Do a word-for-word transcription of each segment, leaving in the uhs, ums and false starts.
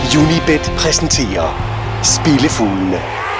Unibet præsenterer Spillefuglene.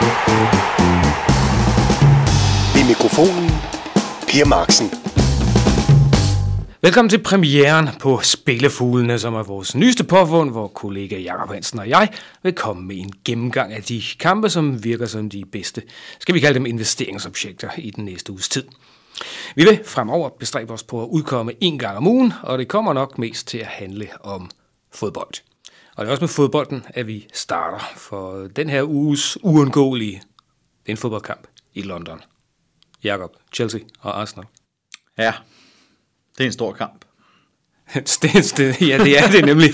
Ved mikrofonen, Per Marksen. Velkommen til premieren på Spillefuglene, som er vores nyeste påfund, hvor kollega Jakob Hansen og jeg vil komme med en gennemgang af de kampe, som virker som de bedste, skal vi kalde dem investeringsobjekter i den næste uges tid. Vi vil fremover bestræbe os på at udkomme en gang om ugen, og det kommer nok mest til at handle om fodbold. Og det er også med fodbolden, at vi starter, for den her uges uundgåelige, det er en fodboldkamp i London. Jakob, Chelsea og Arsenal. Ja, det er en stor kamp. Ja, det er det nemlig.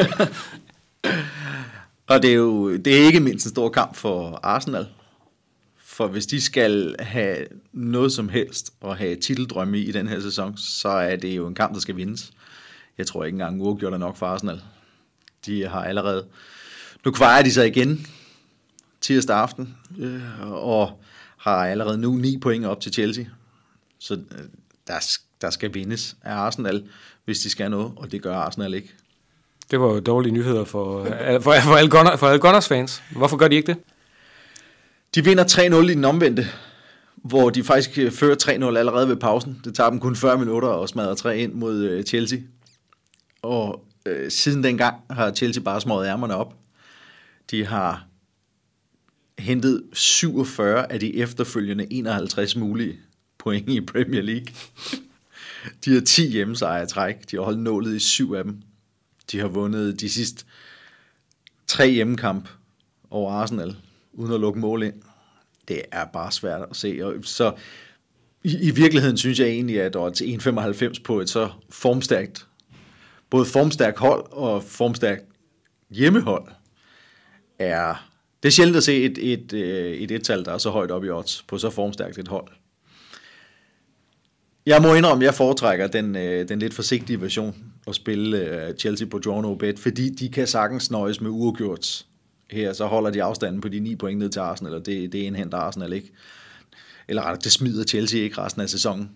Og det er jo det er ikke mindst en stor kamp for Arsenal. For hvis de skal have noget som helst og have titeldrømme i, i den her sæson, så er det jo en kamp, der skal vindes. Jeg tror ikke engang uafgjort er nok for Arsenal. De har allerede... Nu kvarer de sig igen tirsdag aften, og har allerede nu ni point op til Chelsea. Så der, der skal vindes af Arsenal, hvis de skal noget, og det gør Arsenal ikke. Det var jo dårlige nyheder for, for, for alle Gunners, for alle Gunners fans. Hvorfor gør de ikke det? De vinder tre nul i den omvendte, hvor de faktisk fører tre nul allerede ved pausen. Det tager dem kun fyrre minutter og smadrer tre ind mod Chelsea. Og øh, siden dengang har Chelsea bare smået ærmerne op. De har hentet syvogfyrre af de efterfølgende enoghalvtreds mulige point i Premier League. De har ti hjemmesejre i træk. De har holdt nålet i syv af dem. De har vundet de sidste tre hjemmekamp over Arsenal, uden at lukke mål ind. Det er bare svært at se. Så i, i virkeligheden synes jeg egentlig, at odds en komma femoghalvfems på et så formstærkt, både formstærkt hold og formstærkt hjemmehold, er... Det er sjældent at se et, et, et et-tal, der er så højt op i odds på så formstærkt et hold. Jeg må indrømme, at jeg foretrækker den, den lidt forsigtige version at spille Chelsea på Draw No Bet, fordi de kan sagtens nøjes med uafgjort. Her så holder de afstanden på de ni point ned til Arsenal, og det, det indhenter Arsenal ikke. Eller det smider Chelsea ikke resten af sæsonen.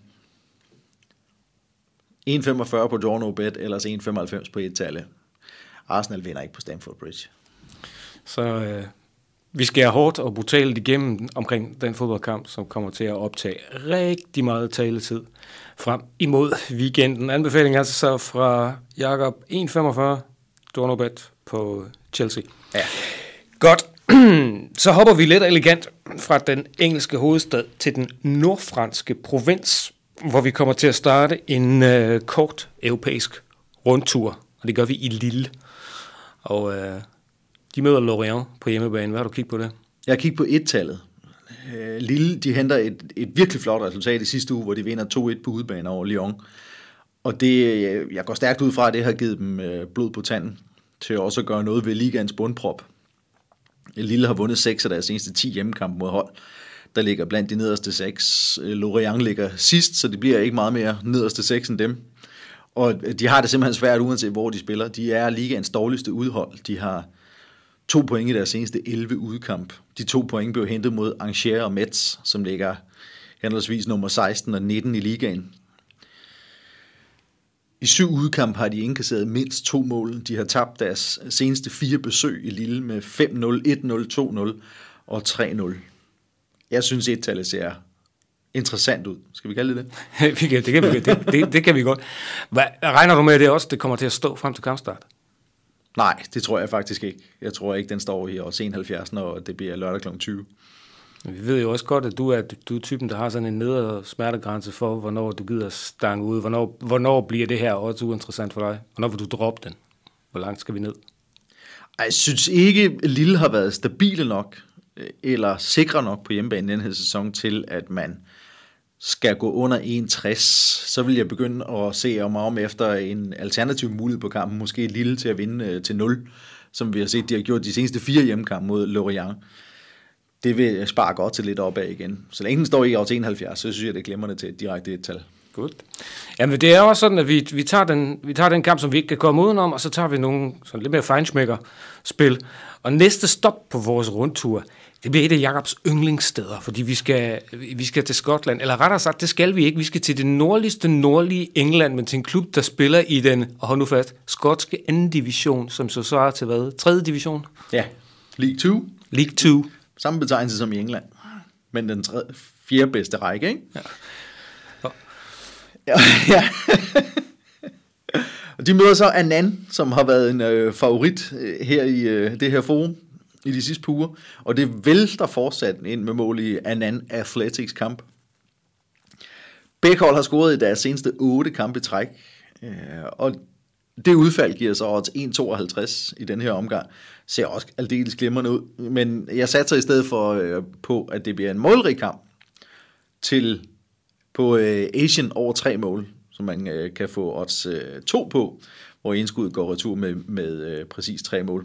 en komma femogfyrre på Draw No Bet, ellers en komma femoghalvfems på et-tallet. Arsenal vinder ikke på Stamford Bridge. Så øh, vi skal hårdt og brutalt igennem omkring den fodboldkamp, som kommer til at optage rigtig meget taletid frem imod weekenden. Anbefaling altså så fra Jakob en komma femogfyrre Draw No Bet på Chelsea. Ja. Godt. Så hopper vi lidt elegant fra den engelske hovedstad til den nordfranske provins, hvor vi kommer til at starte en øh, kort europæisk rundtur, og det gør vi i Lille. Og øh, de møder Lorient på hjemmebane. Hvad har du kigget på det? Jeg har kigget på et-tallet. Øh, Lille, de henter et, et virkelig flot resultat i sidste uge, hvor de vinder to et på udebane over Lyon. Og det, jeg går stærkt ud fra, at det har givet dem øh, blod på tanden til også at gøre noget ved ligaens bundprop. Lille har vundet seks af deres seneste ti hjemmekampe mod hold, der ligger blandt de nederste seks. Lorient ligger sidst, så det bliver ikke meget mere nederste seks end dem. Og de har det simpelthen svært, uanset hvor de spiller. De er ligaens dårligste udhold. De har to point i deres seneste elleve udkamp. De to point blev hentet mod Angers og Metz, som ligger henholdsvis nummer seksten og nitten i ligaen. I syv udkamp har de indkasseret mindst to mål. De har tabt deres seneste fire besøg i Lille med fem nul, et nul, to nul og tre nul. Jeg synes, et-tallet ser interessant ud. Skal vi kalde det det? det, kan, det, kan vi, det, det, det kan vi godt. Hvad, regner du med, at det også det kommer til at stå frem til kampstart? Nej, det tror jeg faktisk ikke. Jeg tror ikke, den står i odds enoghalvfjerds, når det bliver lørdag klokken tyve. Vi ved jo også godt, at du er, du er typen, der har sådan en nedre smertegrænse for, hvornår du gider stange ud. Hvornår, hvornår bliver det her også uinteressant for dig? Hvornår vil du droppe den? Hvor langt skal vi ned? Jeg synes ikke, at Lille har været stabile nok, eller sikre nok på hjemmebane i den her sæson til, at man skal gå under en komma tres. Så vil jeg begynde at se om om efter en alternativ mulighed på kampen, måske Lille til at vinde til nul, som vi har set, de har gjort de seneste fire hjemmekampe mod Lorient. Det vil spare godt til lidt opad igen. Så længe den står i odds enoghalvfjerds, så synes jeg, det er glimrende til et direkte et-tal. Godt. Jamen, det er også sådan, at vi, vi, tager den, vi tager den kamp, som vi ikke kan komme udenom, og så tager vi nogle sådan lidt mere feinschmecker-spil. Og næste stop på vores rundtur, det bliver et af Jacobs yndlingssteder, fordi vi skal, vi skal til Skotland. Eller rettere sagt, det skal vi ikke. Vi skal til det nordligste nordlige England, men til en klub, der spiller i den, og hold nu fast, skotske anden division, som så svarer til hvad? Tredje division? Ja, League to. League to. Samme betegnelse som i England, men den tredje, fjerde bedste række, ikke? Ja. Ja, ja. Og de møder så Annan, som har været en øh, favorit øh, her i øh, det her forum i de sidste par uger, og det vælter fortsat ind med mål i Annan Athletics kamp. Begge hold har scoret i deres seneste otte kampe i træk, øh, og det udfald giver så odds en komma tooghalvtreds i den her omgang. Ser også aldeles glimrende ud, men jeg satser i stedet for øh, på, at det bliver en målrig kamp til på øh, Asian over tre mål, som man øh, kan få odds øh, to på, hvor indskuddet går retur med, med øh, præcis tre mål.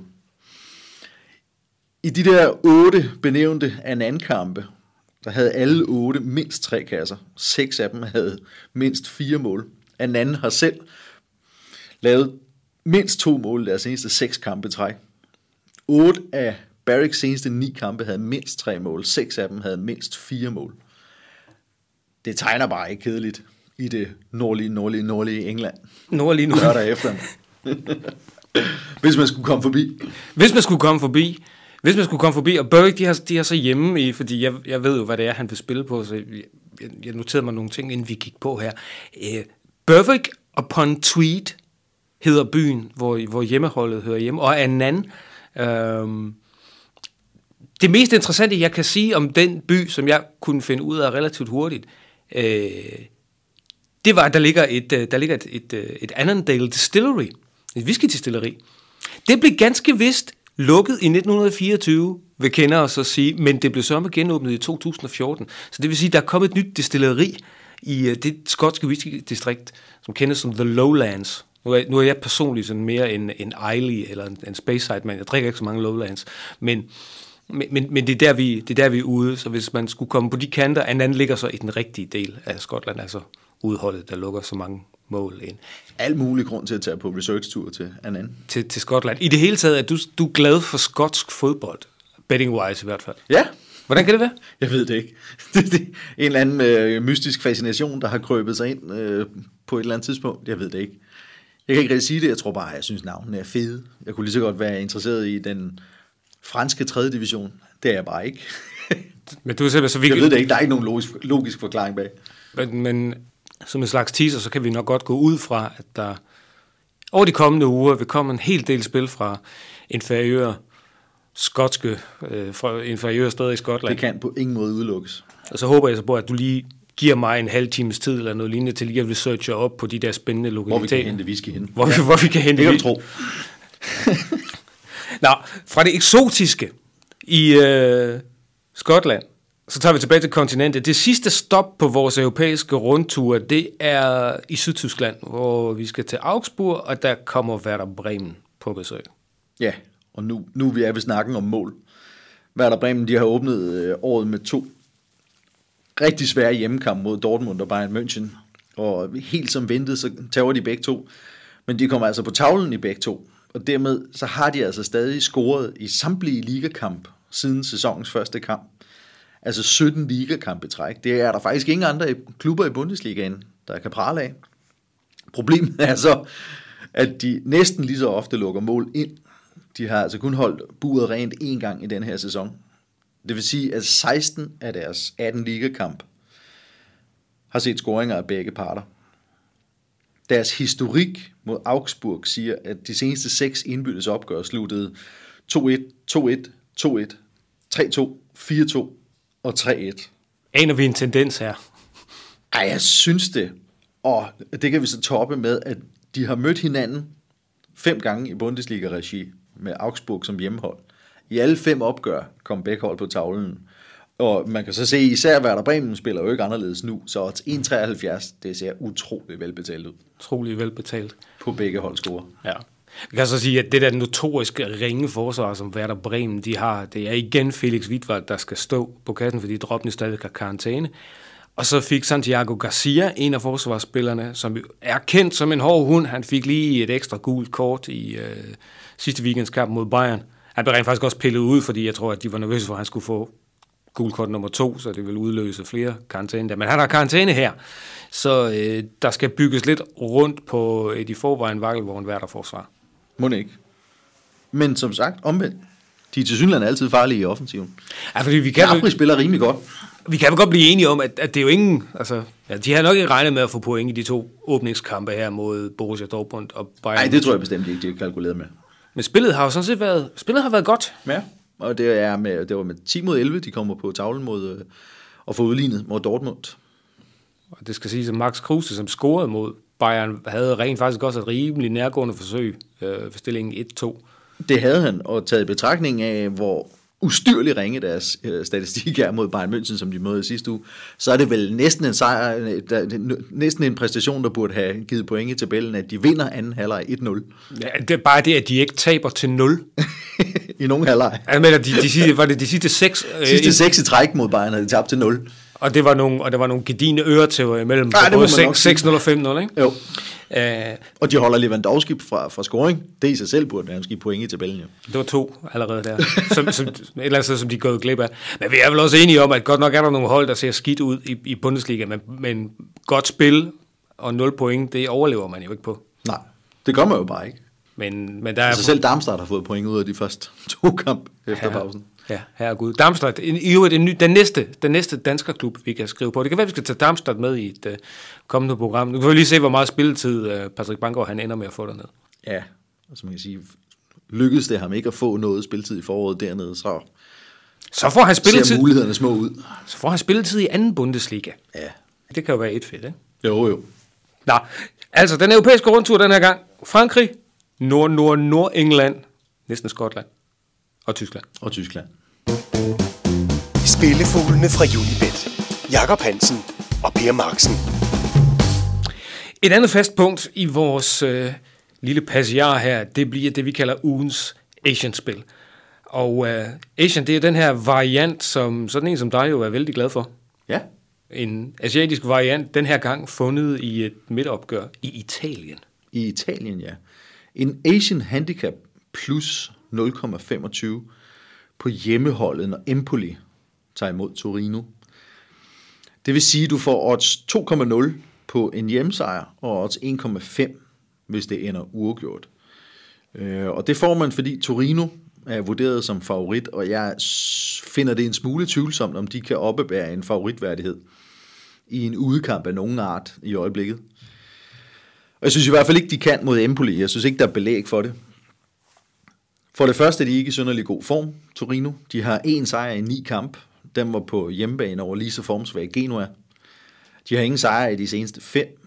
I de der otte benævnte Annan-kampe, der havde alle otte mindst tre kasser. Seks af dem havde mindst fire mål. Annan har selv lavet mindst to mål i deres seneste seks kampe træk. Otte af Barracks seneste ni kampe havde mindst tre mål. Seks af dem havde mindst fire mål. Det tegner bare ikke kedeligt i det nordlige, nordlige, nordlige England. Nordlige, nordlige. Lørdag efter. Hvis man skulle komme forbi. Hvis man skulle komme forbi. Hvis man skulle komme forbi, og Berwick, de har, de har så hjemme i, fordi jeg, jeg ved jo, hvad det er, han vil spille på, så jeg, jeg noterede mig nogle ting, inden vi gik på her. Uh, Berwick upon Tweed hedder byen, hvor, hvor hjemmeholdet hører hjemme, og Annan. Uh, det mest interessante, jeg kan sige om den by, som jeg kunne finde ud af relativt hurtigt, uh, det var, at der ligger et, der ligger et, et, et Annandale Distillery, et whisky-distilleri. Det blev ganske vist lukket i nitten fireogtyve, vil kender os at sige, men det blev så genåbnet i to tusind og fjorten. Så det vil sige, at der er kommet et nyt distilleri i det skotske whisky-distrikt, som kendes som The Lowlands. Nu er, nu er jeg personligt sådan mere en, en Islay eller en, en Speyside, men jeg drikker ikke så mange Lowlands. Men, men, men det, er der, vi, det er der, vi er ude, så hvis man skulle komme på de kanter, Annan ligger så i den rigtige del af Skotland, altså udholdet, der lukker så mange mål ind. Al mulig grund til at tage på research-tur til Annan. Til, til Skotland. I det hele taget er du, du er glad for skotsk fodbold, betting-wise i hvert fald. Ja. Hvordan kan det være? Jeg ved det ikke. Det er en eller anden øh, mystisk fascination, der har krøbet sig ind øh, på et eller andet tidspunkt. Jeg ved det ikke. Jeg kan ikke rigtig sige det. Jeg tror bare, jeg synes, navnene er fede. Jeg kunne lige så godt være interesseret i den franske tredje division. Det er jeg bare ikke. Men du er simpelthen så virkelig... Jeg ved det ikke. Der er ikke nogen logisk, logisk forklaring bag. Men, men som en slags teaser, så kan vi nok godt gå ud fra, at der over de kommende uger vil komme en hel del spil fra inferiøre skotske, øh, fra inferiøre steder i Skotland. Det kan på ingen måde udelukkes. Og så håber jeg så på, at du lige giver mig en halv times tid eller noget lignende til lige at researche op på de der spændende lokaliteter. Hvor vi kan hente whisky hen. Hvor, ja. hvor vi kan hente det kan du tro. Nå, fra det eksotiske i øh, Skotland, så tager vi tilbage til kontinentet. Det sidste stop på vores europæiske rundtur, det er i Sydtyskland, hvor vi skal til Augsburg, og der kommer Werder Bremen på besøg. Ja, og nu, nu vi er ved snakken om mål. Werder Bremen, de har åbnet øh, året med to rigtig svære hjemmekampe mod Dortmund og Bayern München, og helt som ventet, så tager de begge to. Men de kommer altså på tavlen i begge to, og dermed så har de altså stadig scoret i samtlige ligakamp siden sæsonens første kamp. Altså sytten ligakampe i træk. Det er der faktisk ingen andre klubber i Bundesligaen, der kan prale af. Problemet er så, at de næsten lige så ofte lukker mål ind. De har altså kun holdt buret rent én gang i den her sæson. Det vil sige, at seksten af deres atten ligakamp har set scoringer af begge parter. Deres historik mod Augsburg siger, at de seneste seks indbyrdes opgør sluttede to et, to et, to et, tre to, fire to og tre et. Aner vi en tendens her? Ej, jeg synes det. Og det kan vi så toppe med, at de har mødt hinanden fem gange i Bundesliga-regi med Augsburg som hjemmehold. I alle fem opgør kom begge hold på tavlen. Og man kan så se, især Werder Bremen spiller jo ikke anderledes nu, så en komma treoghalvfjerds, det ser utrolig velbetalt ud. Utrolig velbetalt. På begge hold scorer. Ja. Vi kan så sige, at det der notoriske ringe forsvar, som Werder Bremen de har, det er igen Felix Wittwald, der skal stå på kassen, fordi droppen stadig har karantæne. Og så fik Santiago Garcia, en af forsvarsspillerne, som er kendt som en hård hund. Han fik lige et ekstra gult kort i øh, sidste weekends kamp mod Bayern. Han blev rent faktisk også pillet ud, fordi jeg tror, at de var nervøse for, at han skulle få gult kort nummer to, så det vil udløse flere karantæne der. Men han har karantæne her, så øh, der skal bygges lidt rundt på et i forvejen vakkelvogn værterforsvar. Må det ikke. Men som sagt, omvendt. De er til synligheden altid farlige i offensiven. Ja, fordi vi kan Napoli spiller rimelig godt. Vi kan vel godt blive enige om, at, at det er jo ingen... Altså, ja, de har nok ikke regnet med at få point i de to åbningskampe her mod Borussia Dortmund og Bayern. Nej, det tror jeg bestemt ikke, de har kalkuleret med. Men spillet har jo sådan set været... Spillet har været godt. Ja, og det, er med, det var med ti mod elleve, de kommer på tavlen mod... Øh, og får udlignet mod Dortmund. Og det skal siges, at Max Kruse, som scorede mod Bayern, havde rent faktisk også et rimelig nærgående forsøg øh, for stillingen et to. Det havde han, og taget i betragtning af, hvor ustyrligt ringe deres øh, statistik er mod Bayern München, som de mødte sidste uge, så er det vel næsten en sejr, der, næsten en præstation, der burde have givet point i tabellen, at de vinder anden halvleg et nul. Ja, det er bare det, at de ikke taber til nul. I nogen halvleg. Jeg mener, de, de, de, var det de sidste seks... Øh, sidste seks i træk mod Bayern havde de tabt til nul. Og det var nogle, og der var nogle gedigne øretæver imellem. Ja, både seks nul og fem nul, ikke? Jo. Æh, og de holder Lewandowski fra, fra scoring. Det i sig selv burde være måske point i tabellen, jo. Det var to allerede der, som, som, et eller andet sted, som de er gået glip af. Men vi er vel også enige om, at godt nok er der nogle hold, der ser skidt ud i, i Bundesliga, men, men godt spil og nul point, det overlever man jo ikke på. Nej, det kommer jo bare ikke. Men, men der er altså selv Darmstadt har fået point ud af de første to kamp efter ja, pausen. Ja, herregud. Darmstadt, i øvrigt en ny, den næste, den næste danskerklub, vi kan skrive på. Det kan være, vi skal tage Darmstadt med i et uh, kommende program. Nu kan vi lige se, hvor meget spilletid uh, Patrick Bangor, han ender med at få dernede. Ja, og som man kan sige, lykkedes det ham ikke at få noget spilletid i foråret dernede, så, så får han spilletid. Ser mulighederne små ud. Så får han spilletid i anden Bundesliga. Ja. Det kan jo være et fedt, ikke? Jo, jo. Nå, altså den europæiske rundtur den her gang. Frankrig, Nord, Nord, Nord-England, næsten Skotland og Tyskland. Og Tyskland. Spillefuglene fra Unibet. Jakob Hansen og Per Marksen. Et andet fast punkt i vores øh, lille passiar her, det bliver det, vi kalder ugens Asian-spil. Og øh, Asian, det er den her variant, som sådan en som dig jo er vældig glad for. Ja. En asiatisk variant, den her gang fundet i et midtopgør i Italien. I Italien, ja. En Asian Handicap plus nul komma femogtyve på hjemmeholdet, når Empoli tager imod Torino. Det vil sige, at du får odds to komma nul på en hjemmesejr, og odds en komma fem, hvis det ender uafgjort. Og det får man, fordi Torino er vurderet som favorit, og jeg finder det en smule tvivlsomt, om de kan oppebære en favoritværdighed i en udekamp af nogen art i øjeblikket. Og jeg synes i hvert fald ikke, de kan mod Empoli. Jeg synes ikke, der er belæg for det. For det første er de ikke i synderlig god form, Torino. De har én sejr i ni kamp. Den var på hjemmebane over lige så formsvage Genoa. De har ingen sejre i de seneste fem.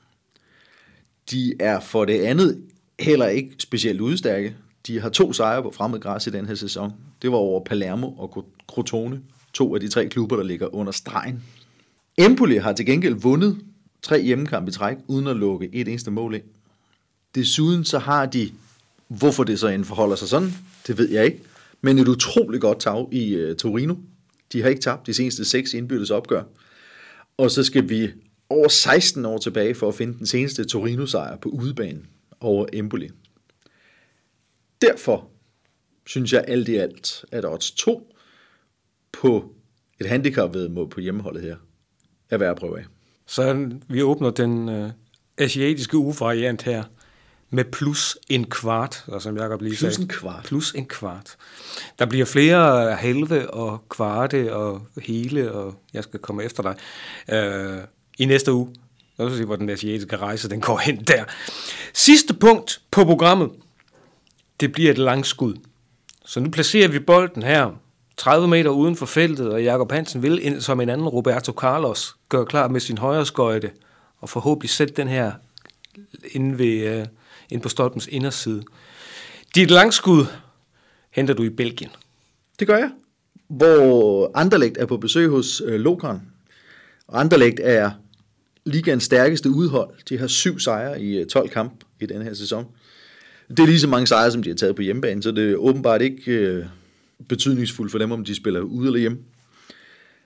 De er for det andet heller ikke specielt udstærke. De har to sejre på fremmed græs i den her sæson. Det var over Palermo og Crotone. To af de tre klubber, der ligger under stregen. Empoli har til gengæld vundet tre hjemmekampe i træk, uden at lukke et eneste mål ind. Desuden så har de, hvorfor det så end forholder sig sådan, det ved jeg ikke, men et utroligt godt tag i uh, Torino. De har ikke tabt de seneste seks indbyrdes opgør. Og så skal vi over seksten år tilbage for at finde den seneste Torino-sejr på udebane over Empoli. Derfor synes jeg alt i alt, at odds to på et handicapvæddemål på hjemmeholdet her er værd at prøve af. Så vi åbner den øh, asiatiske ugevariant her med plus en kvart, og som Jacob lige sagde. Plus en kvart. Plus en kvart. Der bliver flere halve og kvarte og hele, og jeg skal komme efter dig øh, i næste uge. Jeg skal se, hvor den asiatiske rejse den går hen der. Sidste punkt på programmet, det bliver et langskud. Så nu placerer vi bolden her tredive meter uden for feltet, og Jakob Hansen vil ind, som en anden Roberto Carlos gøre klar med sin højre skøjte og forhåbentlig sætte den her inde, ved, uh, inde på stolpens inderside. Dit langskud henter du i Belgien. Det gør jeg. Hvor Anderlecht er på besøg hos øh, Lokeren. Og Anderlecht er ligaens stærkeste udhold. De har syv sejre i øh, tolv kamp i denne her sæson. Det er lige så mange sejre, som de har taget på hjemmebane, så det er åbenbart ikke øh, betydningsfuldt for dem, om de spiller ude eller hjemme.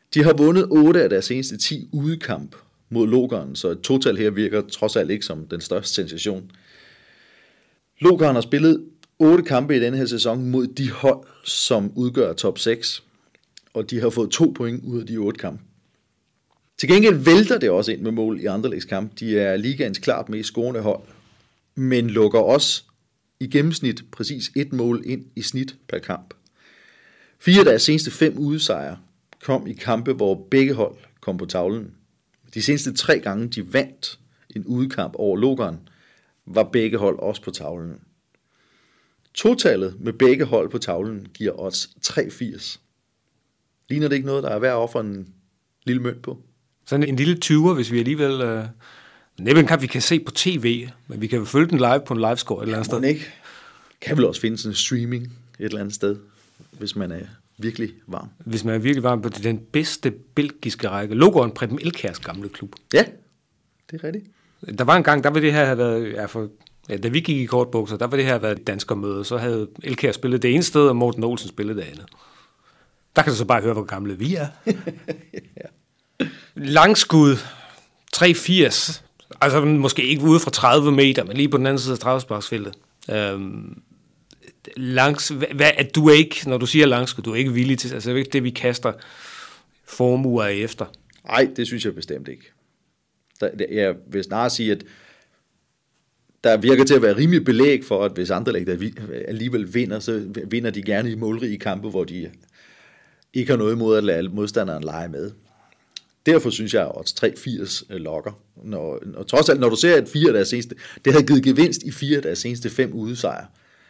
De har vundet otte af deres seneste ti udekamp mod Lokeren, så et total her virker trods alt ikke som den største sensation. Lokeren har spillet otte kampe i denne her sæson mod de hold, som udgør top seks, og de har fået to point ud af de otte kampe. Til gengæld vælter det også ind med mål i Anderlechts-kamp. De er ligaens klart mest scorende hold, men lukker også i gennemsnit præcis et mål ind i snit per kamp. Fire af deres seneste fem udesejre kom i kampe, hvor begge hold kom på tavlen. De seneste tre gange, de vandt en udekamp over Lokeren, var begge hold også på tavlen. Totallet med begge hold på tavlen giver odds tre komma firs. Ligner det ikke noget, der er værd at ofre en lille mønt på? Sådan en lille tyver, hvis vi alligevel... Øh, næppe en kamp, vi kan se på tv, men vi kan følge den live på en livescore et eller andet sted. Ikke? Kan vel også finde sådan en streaming et eller andet sted, hvis man er virkelig varm. Hvis man er virkelig varm på den bedste belgiske række. Lokeren, Preben Elkjærs gamle klub. Ja, det er rigtigt. Der var en gang, der var det her have været... Ja, for, ja, da vi gik i kortbukser, der var det her været et danskermøde. Så havde Elkjær spillet det ene sted, og Morten Olsen spillet det andet. Der kan du så bare høre, hvor gamle vi er. Ja. Langskud, tre komma firs. Altså måske ikke ude fra tredive meter, men lige på den anden side af straffesparksfeltet. Øhm, langs, hvad er du ikke, når du siger langskud, du er ikke villig til, altså det er ikke det, vi kaster formuer efter. Nej, det synes jeg bestemt ikke. Der, jeg vil snarere sige, at der virker til at være rimelig belæg for, at hvis Anderlecht alligevel vinder, så vinder de gerne i målrige kampe, hvor de ikke har noget imod at lade modstanderen lege med. Derfor synes jeg, at odds tre komma firs lokker. Når, når, trods alt, når du ser, at fire af deres seneste, det har givet gevinst i fire af deres seneste fem udesejre,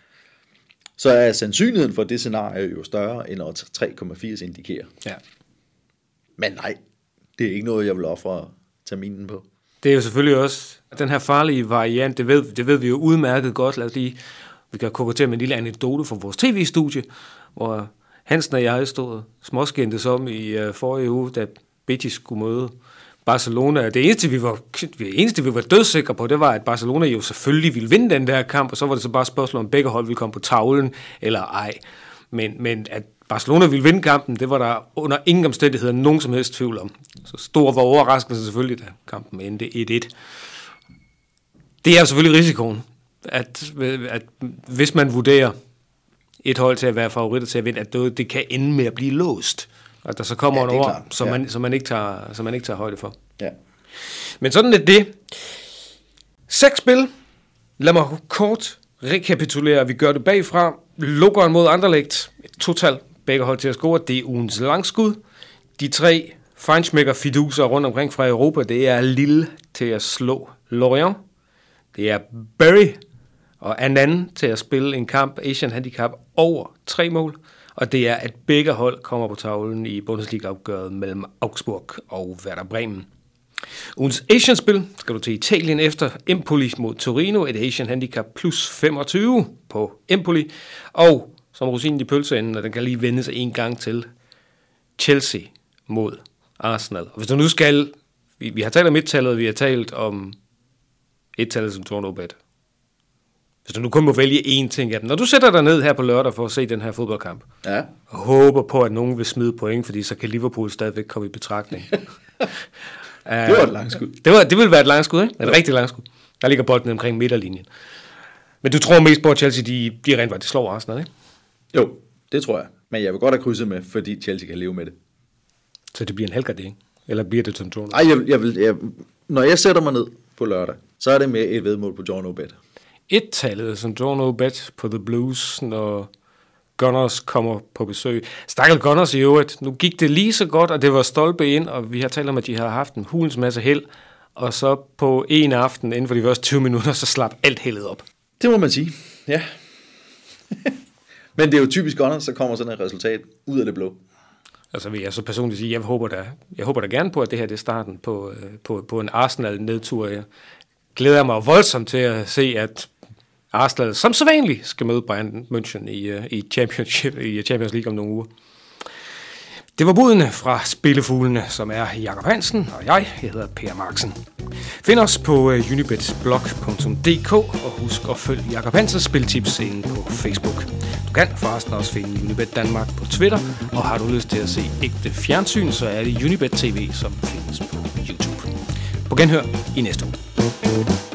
så er sandsynligheden for det scenarie jo større, end odds tre komma firs indikerer. Ja. Men nej, det er ikke noget, jeg vil ofre terminen på. Det er jo selvfølgelig også den her farlige variant, det ved, det ved vi jo udmærket godt. Lad os lige, vi kan kokettere med en lille anekdote fra vores tv-studie, hvor Hansen og jeg stod småskændtes om i uh, forrige uge, da Betis skulle møde Barcelona. Det eneste vi, var, det eneste, vi var dødsikre på, det var, at Barcelona jo selvfølgelig ville vinde den der kamp, og så var det så bare spørgsmål, om begge hold ville komme på tavlen, eller ej. Men, men at Barcelona ville vinde kampen, det var der under ingen omstændigheder nogen som helst tvivl om. Så stor var overraskelsen selvfølgelig, da kampen endte et et. Det er selvfølgelig risikoen, at, at hvis man vurderer et hold til at være favoritter til at vinde, at det, det kan ende med at blive låst. Og der så kommer ja, en over, som, ja. man, som, man ikke tager, som man ikke tager højde for. Ja. Men sådan er det. Seks spil. Lad mig kort rekapitulere. Vi gør det bagfra. Lokeren mod Anderlecht. Total. Begge hold til at score. Det er ugens langskud. De tre feinschmecker-fiduser rundt omkring fra Europa. Det er Lille til at slå Lorient. Det er Bury og Annan til at spille en kamp, Asian Handicap, over tre mål. Og det er, at begge hold kommer på tavlen i Bundesliga-opgøret mellem Augsburg og Werder Bremen. Ugens Asian-spil skal du til Italien efter Empoli mod Torino, et Asian Handicap plus femogtyve på Empoli. Og som rosinen i pølseenden, og den kan lige vende sig en gang til, Chelsea mod Arsenal. Og hvis du nu skal, vi, vi har talt om et-tallet, vi har talt om et-tallet som Torno-bet. Hvis du nu kun må vælge én ting af dem. Når du sætter dig ned her på lørdag for at se den her fodboldkamp, ja. Og håber på, at nogen vil smide point, fordi så kan Liverpool stadigvæk komme i betragtning. Det var et langskud. Det, var, det ville være et langskud, ikke? Et ja. Rigtig langskud. Der ligger bolden omkring midterlinjen. Men du tror mest på, at Chelsea, de, de rent var, de slår Arsenal, ikke? Jo, det tror jeg. Men jeg vil godt have krydset med, fordi Chelsea kan leve med det. Så det bliver en halvgardering? Eller bliver det som Torno? Nej, jeg, jeg vil, jeg, når jeg sætter mig ned på lørdag, så er det med et vedmål på Torno-bet. Et-tallet som Torno-bet på The Blues, når Gunners kommer på besøg. Stakkels Gunners i øvrigt. Nu gik det lige så godt, og det var stolpe ind, og vi har talt om, at de har haft en hulens masse held, og så på en aften, inden for de første tyve minutter, så slap alt heldet op. Det må man sige, ja. Men det er jo typisk Gunners, så kommer sådan et resultat ud af det blå. Altså vil jeg så personligt sige, jeg håber da, jeg håber da gerne på, at det her det er starten på, på, på en Arsenal-nedtur. Jeg glæder mig voldsomt til at se, at Arsenal som sædvanligt skal møde Bayern München i, i, Championship, i Champions League om nogle uger. Det var budene fra Spillefuglene, som er Jakob Hansen, og jeg, jeg hedder Per Marksen. Find os på unibetsblog punktum d k, og husk at følge Jakob Hansens spiltips inde på Facebook. Du kan forresten også finde Unibet Danmark på Twitter, og har du lyst til at se ægte fjernsyn, så er det Unibet T V, som findes på YouTube. På genhør i næste uge.